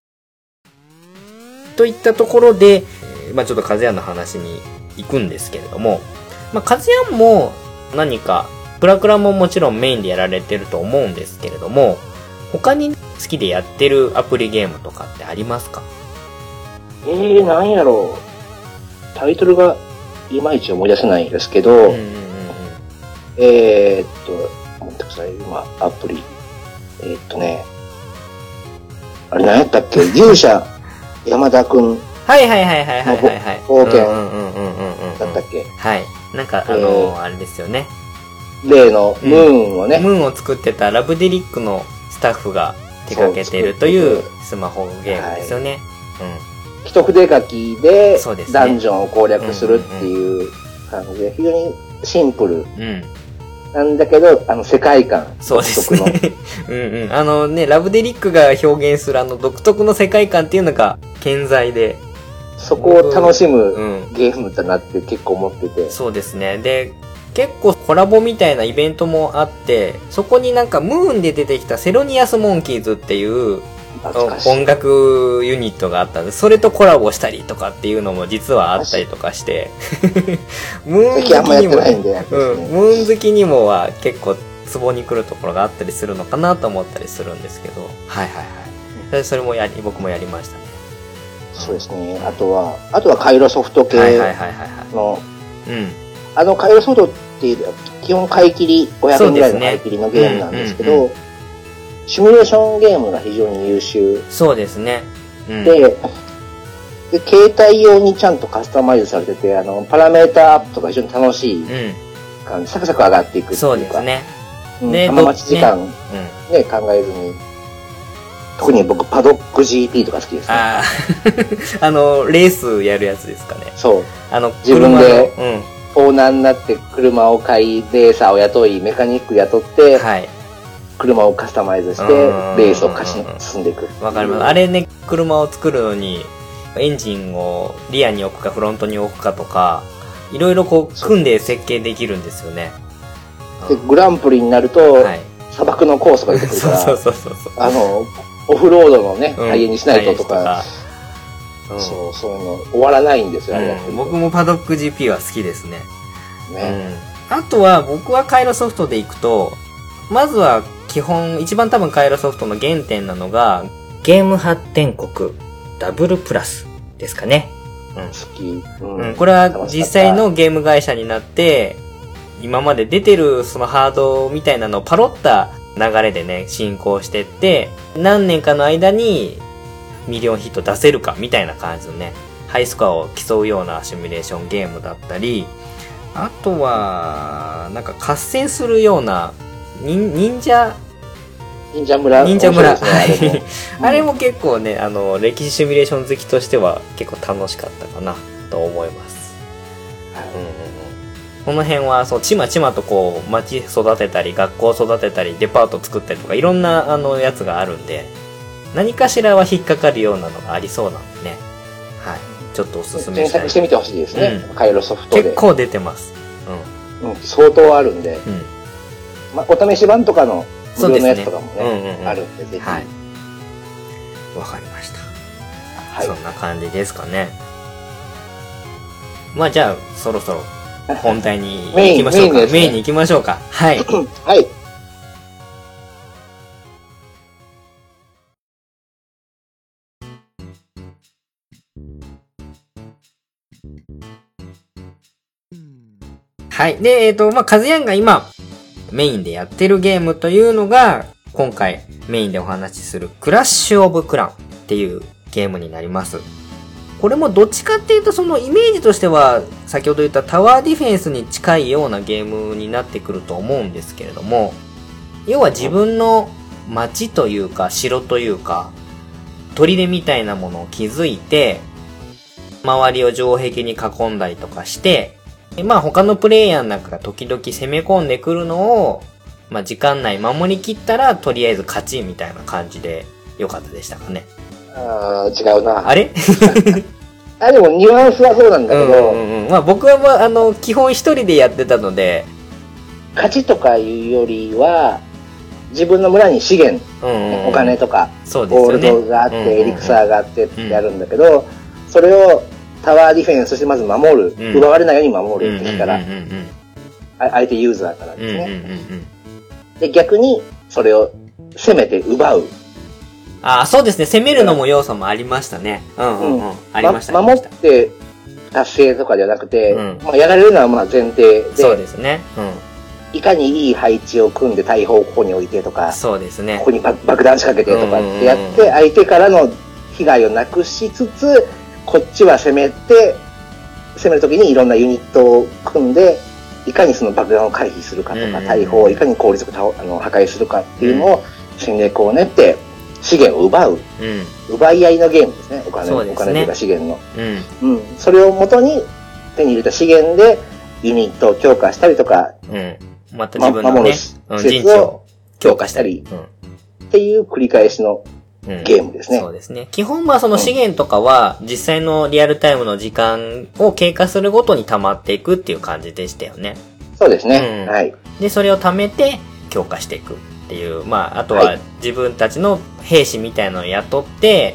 といったところで、えー、まあちょっとカズヤンの話に行くんですけれども、まあカズヤンも何か、プラクラももちろんメインでやられてると思うんですけれども、他に好きでやってるアプリゲームとかってありますか？ えー、なんやろう。タイトルがいまいち思い出せないんですけど、うんうんうんうん、えーっと、待ってください、今、アプリ。えー、っとね、あれ何やったっけ勇者山田くん。 はいはいはいはいはいはい。 冒険だったっけ？ はい。なんか、あのーえー、あれですよね。 例のムーンをね、 うん。ムーンを作ってたラブデリックのスタッフが手掛けているというスマホゲームですよね。 一筆書きでそうですねダンジョンを攻略するっていう感じで、非常にシンプルうん。 なんだけど、あの世界観、 そうです独特のね。うんうん。あのね、ラブデリックが表現するあの独特の世界観っていうのが健在で。 そこを楽しうむん。 ゲームだなって結構思ってて。 そうですね。で、結構コラボみたいなイベントもあって、そこになんかムーンで出てきたセロニアスモンキーズっていう懐かしい。 音楽ユニットがあったんで、それとコラボしたりとかっていうのも実はあったりとかして、ムーン最近あんまやって好きにも、 ないんで、 うん、ムーン好きにもは結構ツボに来るところがあったりするのかなと思ったりするんですけど、はいはいはい。でそれもやり、僕もやりましたね。 そうですね。あとは、あとはカイロソフト系はいはいはいはいはい。 の、 うん。 あのカイロソフトっていう基本買い切り、ごひゃくえんぐらいの買い切りのゲームなんですけど、シミュレーションゲームが非常に優秀そうですね。うん、 で、で、携帯用にちゃんとカスタマイズされてて、あの、パラメータアップとか非常に楽しい感じ、うん、サクサク上がっていくっていうか。 そうですね。 うん、で、浜待ち時間、ね、ね、考えずに。特に僕、パドック ジーピー とか好きですね。 ああ、あの、レースやるやつですかね。 そう。 あの、 自分で、うん、オーナーになって車を買い、レーサーを雇い、メカニック雇って、はい。車をカスタマイズして、レースを勝ち進んでいく。 わかります。あれね、車を作るのに、エンジンをリアに置くかフロントに置くかとか、いろいろこう、組んで設計できるんですよね。 で、グランプリになると、はい、砂漠のコースが出てくるから、 そうそうそうそう。 あの、オフロードのね、タイヤにしないととか、うん、そう、そういうの、終わらないんですよ、あれ、 うん。僕もパドック ジーピー は好きですね。ね。うん、あとは、僕はカイロソフトで行くと、まずは、基本、一番多分カイロソフトの原点なのが、ゲーム発展国、ダブルプラスですかね。 うん。好き。 うん。うん、これは実際のゲーム会社になって、今まで出てるそのハードみたいなのをパロった流れでね、進行してって、何年かの間にミリオンヒット出せるかみたいな感じのね、ハイスコアを競うようなシミュレーションゲームだったり、あとは、なんか合戦するような、忍者、 忍者村。 忍者村。はい。あれも結構ね、あの、歴史シミュレーション好きとしては結構楽しかったかなと思います。はい。うんうんうん。この辺は、そう、ちまちまとこう、街育てたり、学校育てたり、デパート作ったりとか、いろんな、あの、やつがあるんで、何かしらは引っかかるようなのがありそうなんでね。はい。ちょっとおすすめ検索してみてほしいですね。うん、カイロソフトで。 結構出てます。 うん。うん、相当あるんで。うん。まあ、お試し版とかの、無料のやつとかもね、うんうんうん、あるんで、ぜひ。はい。 わかりました。はい。そんな感じですかね。まあ、じゃあ、そろそろ、本題に行きましょうか。メイン、メインに行きましょうか。はい。 はい。 はい。で、えっと、まあ、カズヤンが今、メインでやってるゲームというのが、今回メインでお話しするクラッシュオブクランっていうゲームになります。これもどっちかっていうとそのイメージとしては先ほど言ったタワーディフェンスに近いようなゲームになってくると思うんですけれども、要は自分の街というか城というか砦みたいなものを築いて周りを城壁に囲んだりとかして、まあ他のプレイヤーなんかが時々攻め込んでくるのをまあ時間内守りきったらとりあえず勝ちみたいな感じでよかったでしたかね。 ああ、違うな。 あれあ、でもニュアンスはそうなんだけど。 うんうんうん、まあ僕は、まあ、あの、基本一人でやってたので。 勝ちとかいうよりは、自分の村に資源、うんうん、お金とか、 そうですね、 ゴールドがあって、うんうんうん、エリクサーがあってってやるんだけど、それをタワーディフェンスとしてまず守る。うん、奪われないように守る敵から。相手ユーザーからですね。うんうんうんうん、で、逆にそれを攻めて奪う。 ああ、そうですね。攻めるのも要素もありましたね。うんうんうん。うん、ありました、 ま。守って達成とかではなくて、うん、まあやられるのはまあ前提で。 そうですね。うん。 いかにいい配置を組んで大砲をここに置いてとか。 そうですね。 ここに爆弾仕掛けてとかってやって、相手からの被害をなくしつつ、こっちは攻めて、攻めるときにいろんなユニットを組んで、いかにその爆弾を回避するかとか、大砲をいかに効率よくあの破壊するかっていうのを戦略を練って資源を奪う、 うん、 奪い合いのゲームですね。お金、 そうですね、 お金というか資源の。 うん。 うん。それをもとに手に入れた資源でユニットを強化したりとか、 うん。また自分のね、 守る施設を強化したり、うん、っていう繰り返しのゲームですね、 うん。そうですね。基本はその資源とかは、実際のリアルタイムの時間を経過するごとに溜まっていくっていう感じでしたよね。 そうですね。うん、はい。 で、それを貯めて強化していくっていう、まあ、あとは自分たちの兵士みたいなのを雇って、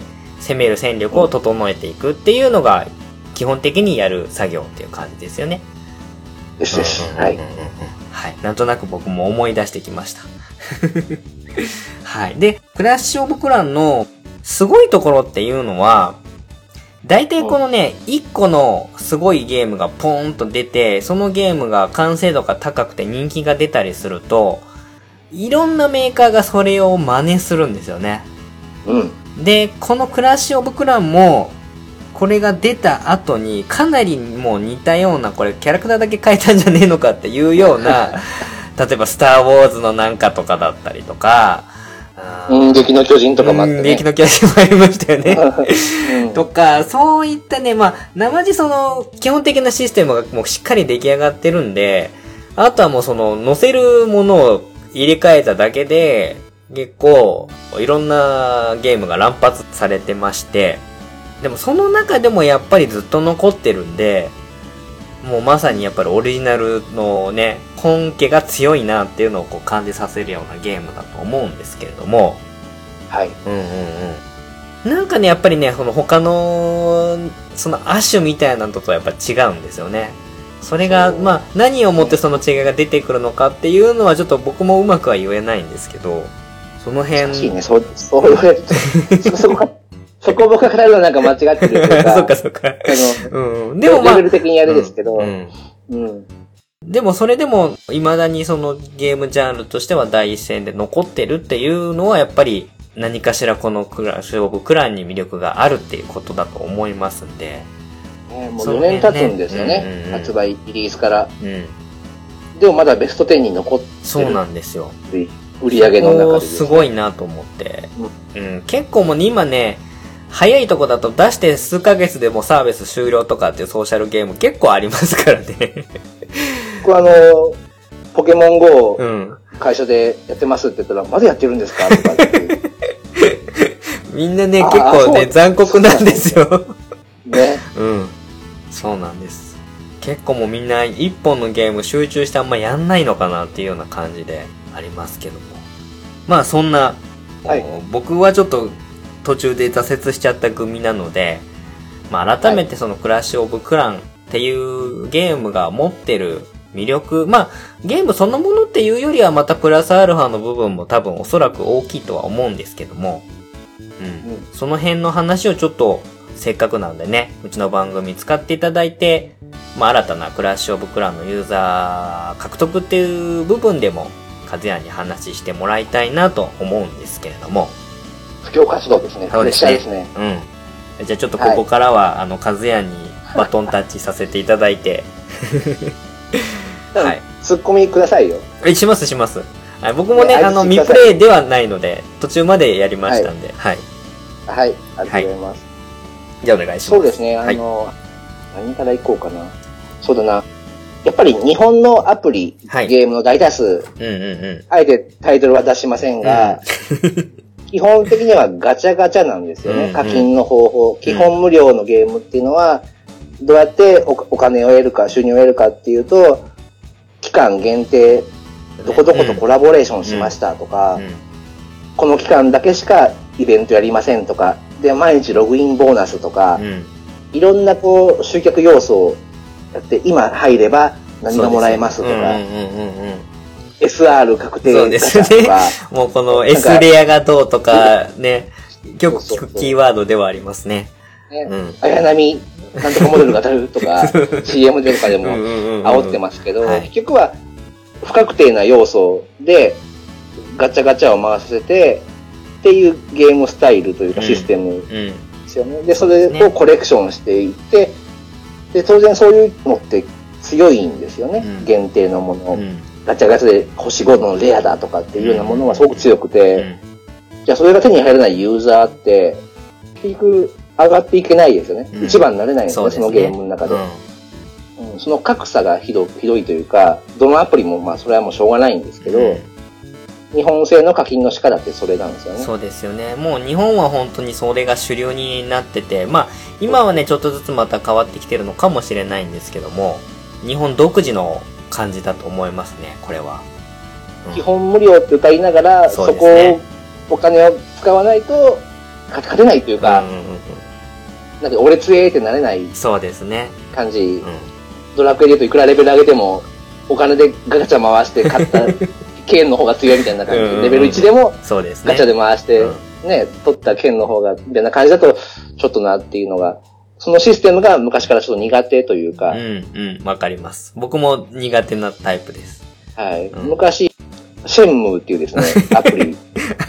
攻める戦力を整えていくっていうのが、基本的にやる作業っていう感じですよね。 ですです。はい。 はい。なんとなく僕も思い出してきました。はい。で、クラッシュオブクランのすごいところっていうのは、大体このね、一個のすごいゲームがポーンと出て、そのゲームが完成度が高くて人気が出たりすると、いろんなメーカーがそれを真似するんですよね。 うん。 で、このクラッシュオブクランも、これが出た後にかなりもう似たような、これキャラクターだけ変えたんじゃねえのかっていうような、例えばスターウォーズのなんかとかだったりとか、 うん、劇の巨人とかもあってね。 劇の巨人もありましたよね。うん、とか、そういったね、まあ、生地その、基本的なシステムがもうしっかり出来上がってるんで、あとはもうその、載せるものを入れ替えただけで、結構、いろんなゲームが乱発されてまして、でもその中でもやっぱりずっと残ってるんで、もうまさにやっぱりオリジナルのね、根拠が強いなっていうのをこう感じさせるようなゲームだと思うんですけれども。 はい。 うんうんうん。なんかね、やっぱりね、その他の、その亜種みたいなのとはやっぱ違うんですよね。それが、まあ、何をもってその違いが出てくるのかっていうのはちょっと僕もうまくは言えないんですけど、その辺。 難しいね、そう、そう言われると。そこそこ僕が語るのはなんか間違ってるというか。 そっかそっか。 あの、 うん。でもまあ。 レベル的にあれですけど。 うん。 うん。 でもそれでも、未だにそのゲームジャンルとしては第一線で残ってるっていうのはやっぱり何かしらこのクラッシュオブクランに魅力があるっていうことだと思いますんで。 ね、もうよねん経つんですよね。ね、うんうん、発売リリースから。 うん。 でもまだベストじゅうに残ってる。 そうなんですよ。 売り上げの中で、ね。 すごいなと思って。うん。うん、結構もう今ね、早いとこだと出して数ヶ月でもサービス終了とかっていうソーシャルゲーム結構ありますからね。 僕あの、ポケモン ゴー 会社でやってますって言ったら、まだやってるんですかとかっていう。 みんなね、結構ね、残酷なんですよ。 ね。 うん。そうなんです。結構もうみんな一本のゲーム集中してあんまやんないのかなっていうような感じでありますけども。まあそんな、はい、僕はちょっと、途中で挫折しちゃった組なので、まあ、改めてそのクラッシュオブクランっていうゲームが持ってる魅力、まあ、ゲームそのものっていうよりはまたプラスアルファの部分も多分おそらく大きいとは思うんですけども、うん。うん、その辺の話をちょっとせっかくなんでね、うちの番組使っていただいて、まあ、新たなクラッシュオブクランのユーザー獲得っていう部分でも、カズヤに話してもらいたいなと思うんですけれども、 布教活動ですね。 そうですね。 ですね。 うん。じゃあちょっとここからは、はい、あの、カズヤにバトンタッチさせていただいて。 はい。ツッコミくださいよ。 え、しますします。はい、僕もね、あの、未プレイではないので、途中までやりましたんで、はい。 はい。はい、ありがとうございます。はい、 じゃあお願いします。 そうですね、あの、はい、何からいこうかな。そうだな。やっぱり日本のアプリ、はい、ゲームの大多数、うんうんうん、あえてタイトルは出しませんが、うん基本的にはガチャガチャなんですよね。うんうん、課金の方法。基本無料のゲームっていうのは、どうやってお, お金を得るか、収入を得るかっていうと、期間限定、どこどことコラボレーションしましたとか、うんうん、この期間だけしかイベントやりませんとか、で、毎日ログインボーナスとか、うん、いろんなこう、集客要素をやって、今入れば何がもらえますとか、エスアール 確定ガチャとか。 もうこの S レアがどうとかね、よく聞くキーワードではありますね。 ねうん、綾波、なんとかモデルが当たるとか、シーエム とかでも煽ってますけど、はい、結局は不確定な要素でガチャガチャを回させてっていうゲームスタイルというかシステムですよね。うんうん、で、それをコレクションしていって、で、当然そういうのって強いんですよね。うん、限定のもの。うんガチャガチャで星ごのレアだとかっていうようなものはすごく強くて、 じゃあそれが手に入らないユーザーって、結局上がっていけないですよね。うん、一番になれないんですね、そのゲームの中で。うんうん、その格差がひど、ひどいというか、どのアプリもまあそれはもうしょうがないんですけど、うん、日本製の課金の仕方ってそれなんですよね。 そうですよね。もう日本は本当にそれが主流になってて、まあ今はねちょっとずつまた変わってきてるのかもしれないんですけども、日本独自の感じだと思いますね、これは。 うん、基本無料って歌いながら、そ,、ね、そこをお金を使わないと勝てないというか、うんうんうん、なんか俺強えってなれないそうですね感じ。うん、ドラクエで言うといくらレベル上げてもお金でガチャ回して買った剣の方が強いみたいな感じで、うんうん、レベルいちでもガチャで回してね、取った剣の方がみたいな感じだとちょっとなっていうのが、そのシステムが昔からちょっと苦手というか。 うんうん、わかります。僕も苦手なタイプです。 はい。うん、昔、シェンムーっていうですね、アプリ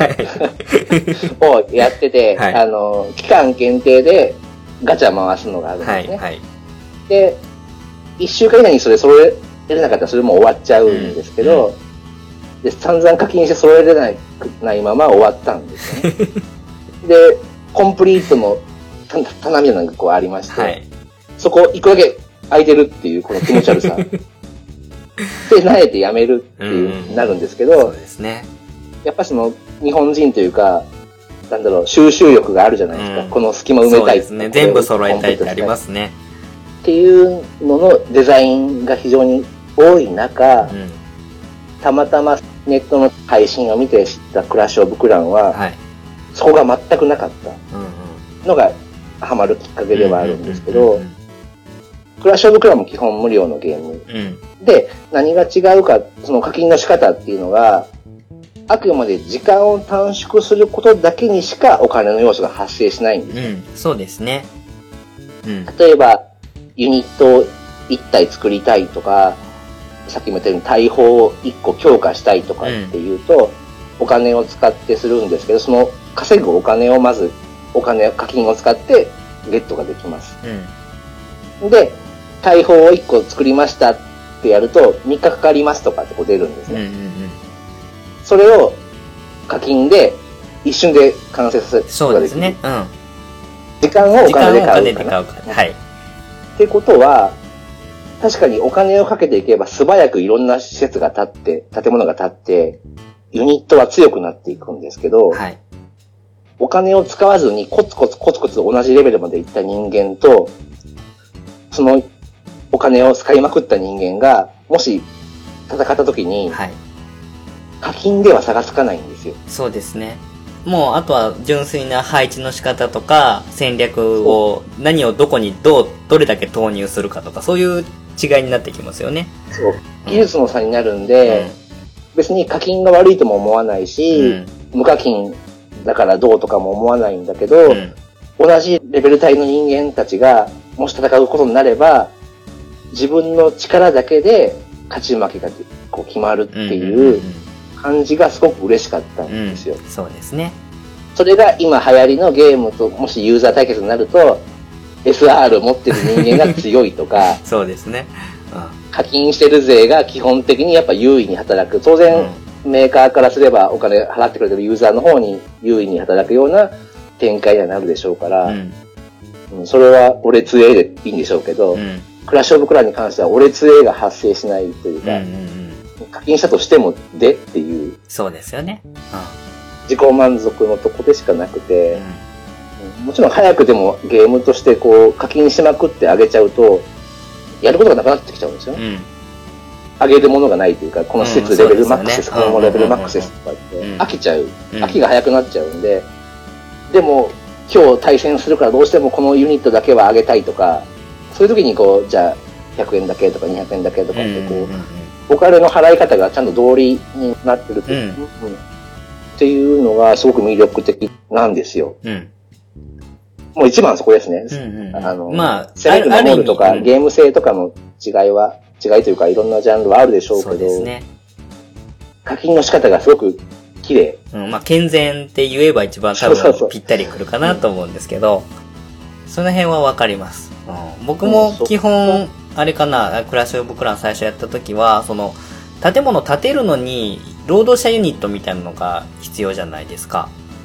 をやってて、はい、あの、期間限定でガチャ回すのがあるんですね。はいはい、で、いっしゅうかん以内にそれ揃えれなかったらそれも終わっちゃうんですけど、うんうん、で散々課金して揃えれないないまま終わったんですね。で、コンプリートの棚みたいなのがこうありまして、はい、そこ一個だけ空いてるっていうこの気持ち悪さ。で、慣れてやめるっていう、なるんですけど、 そうですね。 やっぱその日本人というか、なんだろう、収集力があるじゃないですか。うん、この隙間埋めたい。そうですね。全部揃えたいってありますね。 っていうののデザインが非常に多い中、うん、たまたまネットの配信を見て知ったクラッシュオブクランは、はい、そこが全くなかったのがハマるきっかけではあるんですけど、クラッシュオブクランも基本無料のゲーム、うん、で何が違うか、その課金の仕方っていうのがあくまで時間を短縮することだけにしかお金の要素が発生しないんですよ、うん、 そうですね、 うん、例えばユニットをいち体作りたいとか、さっきも言ったように大砲をいっこ強化したいとかっていうと、うん、お金を使ってするんですけど、その稼ぐお金をまずお金課金を使ってゲットができます、うん、で大砲をいっこ作りましたってやるとみっかかかりますとかってこう出るんですね、うんうんうん、それを課金で一瞬で完成させることができる。そうですね、うん、時間をお金で買うかな、はい、ってことは確かにお金をかけていけば素早くいろんな施設が建って建物が建ってユニットは強くなっていくんですけど、はい、お金を使わずにコツコツコツコツ同じレベルまでいった人間とそのお金を使いまくった人間がもし戦った時に、はい、課金では差がつかないんですよ。 そうですね。もうあとは純粋な配置の仕方とか戦略を何をどこにどうどれだけ投入するかとかそういう違いになってきますよね。 そう、技術の差になるんで、うん、別に課金が悪いとも思わないし、うん、無課金だからどうとかも思わないんだけど、うん、同じレベル帯の人間たちがもし戦うことになれば自分の力だけで勝ち負けがこう決まるっていう感じがすごく嬉しかったんですよ、 うん、そうですね。 それが今流行りのゲームともしユーザー対決になると エスアール 持ってる人間が強いとかそうですね、 うん、課金してる勢が基本的にやっぱ優位に働く。当然、うん、メーカーからすればお金払ってくれてるユーザーの方に優位に働くような展開にはなるでしょうから、うんうん、それは俺強いでいいんでしょうけど、うん、クラッシュオブクランに関しては俺強いが発生しないというか、うんうんうん、課金したとしてもでっていうそうですよね、うん、 自己満足のとこでしかなくて、うん、もちろん早くでもゲームとしてこう課金しまくってあげちゃうとやることがなくなってきちゃうんですよ、うん、あげるものがないというかこの施設レベルマックスです、うん、このレベルマックスですとかって飽きちゃう、うん、飽きが早くなっちゃうんで、でも今日対戦するからどうしてもこのユニットだけは上げたいとか、そういう時にこうじゃあひゃくえんだけとかにひゃくえんだけとかってこう、うんうんうん、お金の払い方がちゃんと道理になってると、うんうん、っていうのがすごく魅力的なんですよ、うん、もう一番そこですね、うんうんうん、あの、まあ、攻める守るとか、うん、ゲーム性とかの違いは違いというかいろんなジャンルはあるでしょうけど、そうですね、課金の仕方がすごく綺麗、 うん、まあ健全って言えば一番多分ぴったりくるかなと思うんですけど、その辺はわかります、うん、僕も基本あれかな、クラッシュオブクラン最初やった時はその建物建てるのに労働者ユニットみたいなのが必要じゃないですか。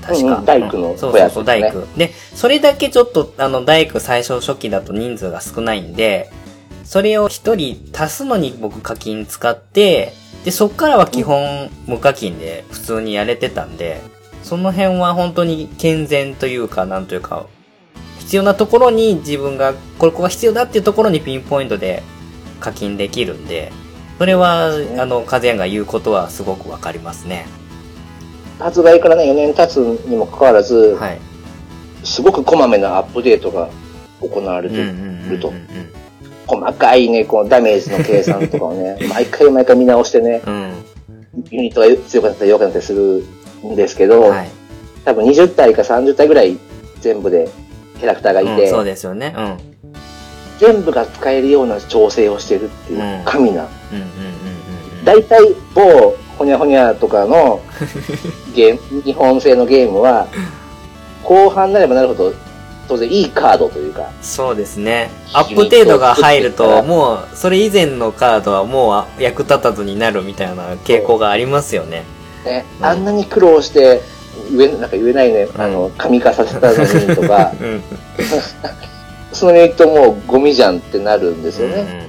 確か。 うんうん、大工のそう小屋そうそう、大工。で、それだけちょっと、あの、大工最初初期だと人数が少ないんで、それを一人足すのに僕課金使って、で、そっからは基本無課金で普通にやれてたんで、その辺は本当に健全というか、なんというか、必要なところに自分が、これここが必要だっていうところにピンポイントで課金できるんで、それは、あの、カズヤンが言うことはすごくわかりますね。 発売からね、よねん経つにもかかわらず、 はい。 すごくこまめなアップデートが行われていると。細かいね、こう、ダメージの計算とかをね、毎回毎回見直してね、うん、ユニットが強くなったり弱くなったりするんですけど、はい、多分にじゅったいかさんじゅったいぐらい全部でキャラクターがいて、うん、 そうですよね。うん、 全部が使えるような調整をしてるっていう神な。大体、某、ほにゃほにゃとかのゲーム、日本製のゲームは、後半になればなるほど、当然いいカードというか。 そうですね。アップデートが入ると、もう、それ以前のカードはもう役立たずになるみたいな傾向がありますよね。 ね、うん、あんなに苦労して、言え、なんか言えないね、うん、あの、神化させたのにとか、うん、そのユニットもうゴミじゃんってなるんですよね。うんうんうん、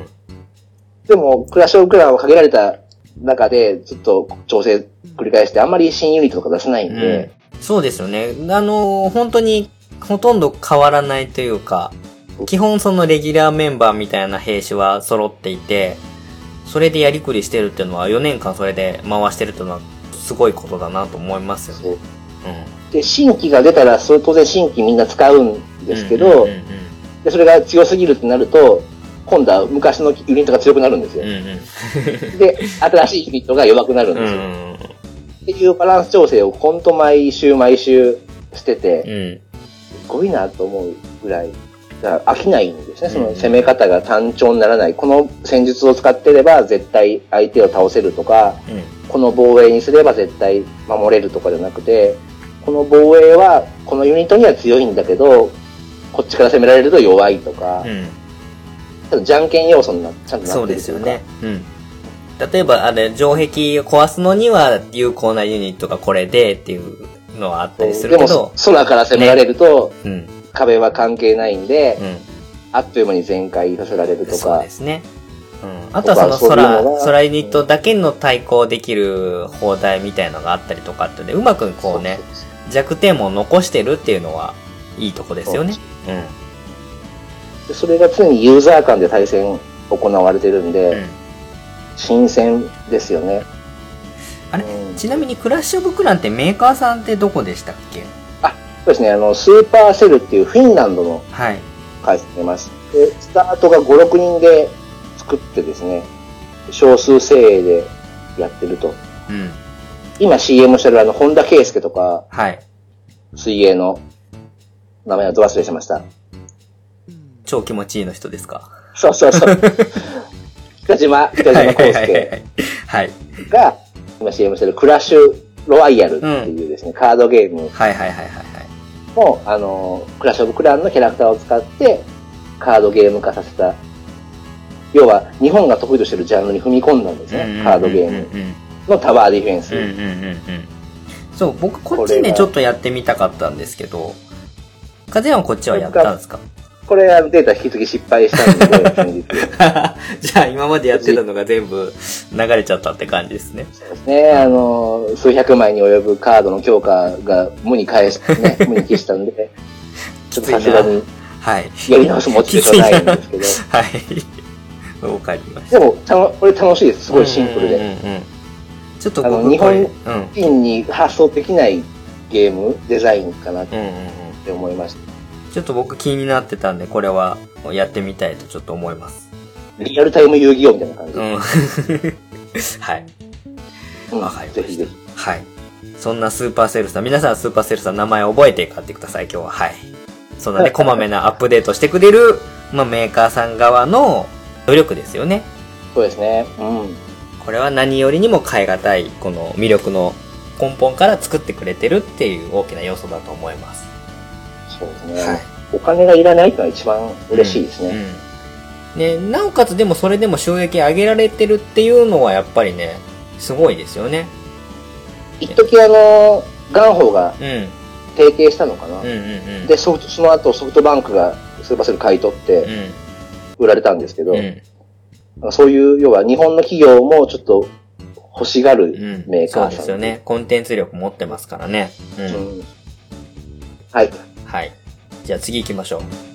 でも、クラッシュオブクランを限られた中で、ずっと調整繰り返して、あんまり新ユニットとか出せないんで、 うん、そうですよね。あのー、本当に、ほとんど変わらないというか、基本そのレギュラーメンバーみたいな兵士は揃っていて、それでやりくりしてるっていうのはよねんかんそれで回してるっていうのはすごいことだなと思いますよね。 うん、で、新規が出たら、それ当然新規みんな使うんですけど、うんうんうんうん、でそれが強すぎるってなると、今度は昔のユニットが強くなるんですよ。うんうん、で、新しいユニットが弱くなるんですよ。うんうん、っていうバランス調整をほんと毎週毎週してて、うんすごいなと思うぐらい、だから飽きないんですね。その攻め方が単調にならない。この戦術を使ってれば絶対相手を倒せるとか、うん、この防衛にすれば絶対守れるとかじゃなくて、この防衛はこのユニットには強いんだけど、こっちから攻められると弱いとか、うん、じゃんけん要素になっちゃんとなってるというか。 そうですよね。うん。例えば、あれ、城壁を壊すのには有効なユニットがこれでっていう、のはあったりするけど、でも空から攻められると、ねうん、壁は関係ないんで、うん、あっという間に全開させられるとか。 そうですね。うん、あとはその空、空ユニットだけの対抗できる砲台みたいのがあったりとかってで、うまくこうね、弱点も残してるっていうのはいいとこですよね。うん。 でそれが常にユーザー間で対戦行われてるんで、うん、新鮮ですよね。 あれ、うん、ちなみにクラッシュオブクランってメーカーさんってどこでしたっけ？ あ、そうですね。あの、スーパーセルっていうフィンランドの会社に出ます。はい、で、スタートがご、ろくにんで作ってですね、少数精鋭でやってると。うん、今 シーエム してるあの、本田圭佑とか、はい、水泳の名前はど忘れしました。 超気持ちいいの人ですか？ そうそうそう。北島、北島康介が、今 シーエム してるクラッシュロワイヤルっていうですね、うん、カードゲームはいはいはいはいも、あの、クラッシュオブクランのキャラクターを使ってカードゲーム化させた。要は、日本が得意としてるジャンルに踏み込んだんですね、うんうんうんうん、カードゲームのタワーディフェンス。うんうんうんうん、 そう、僕こっちね、ちょっとやってみたかったんですけど、カズヤンはこっちはやったんですか？ これはデータ引き継ぎ失敗したんで、先日。 じゃあ今までやってたのが全部流れちゃったって感じですね。 そうですね。あの、数百枚に及ぶカードの強化が無に返して、ね、無に消したんで、ちょっとさすがに、はい。やり直すモチベーションないんですけど。 はい。わかりました。 でも、たのこれ楽しいです。すごいシンプルで。うんうんうん、ちょっと僕あの日本人に発想できないゲーム、デザインかなって思いました。 ちょっと僕気になってたんで、これはやってみたいとちょっと思います。 リアルタイム遊戯王みたいな感じ。うん。 はい。わ、うん、かりました。ぜひぜひ。はい。そんなスーパーセールさん、皆さんスーパーセールさん名前覚えて買ってください、今日は。はい。そんなね、こまめなアップデートしてくれる、まあ、メーカーさん側の努力ですよね。 そうですね。うん。 これは何よりにも代え難い、この魅力の根本から作ってくれてるっていう大きな要素だと思います。 そうですね、はい。お金がいらないってのは一番嬉しいですね。うんうん、ね、なおかつでもそれでも収益上げられてるっていうのはやっぱりね、すごいですよね。 一時あの、 ガンホーがうん。 提携したのかな。 うんうんうん。 で、ソフト、その後ソフトバンクがスーパーセル買い取って売られたんですけど、 うん。うん。 そういう、要は日本の企業もちょっと欲しがるうん。 メーカーさん。 そうですよね。コンテンツ力持ってますからね。うん。 うん。はい。 はい。じゃあ次行きましょう。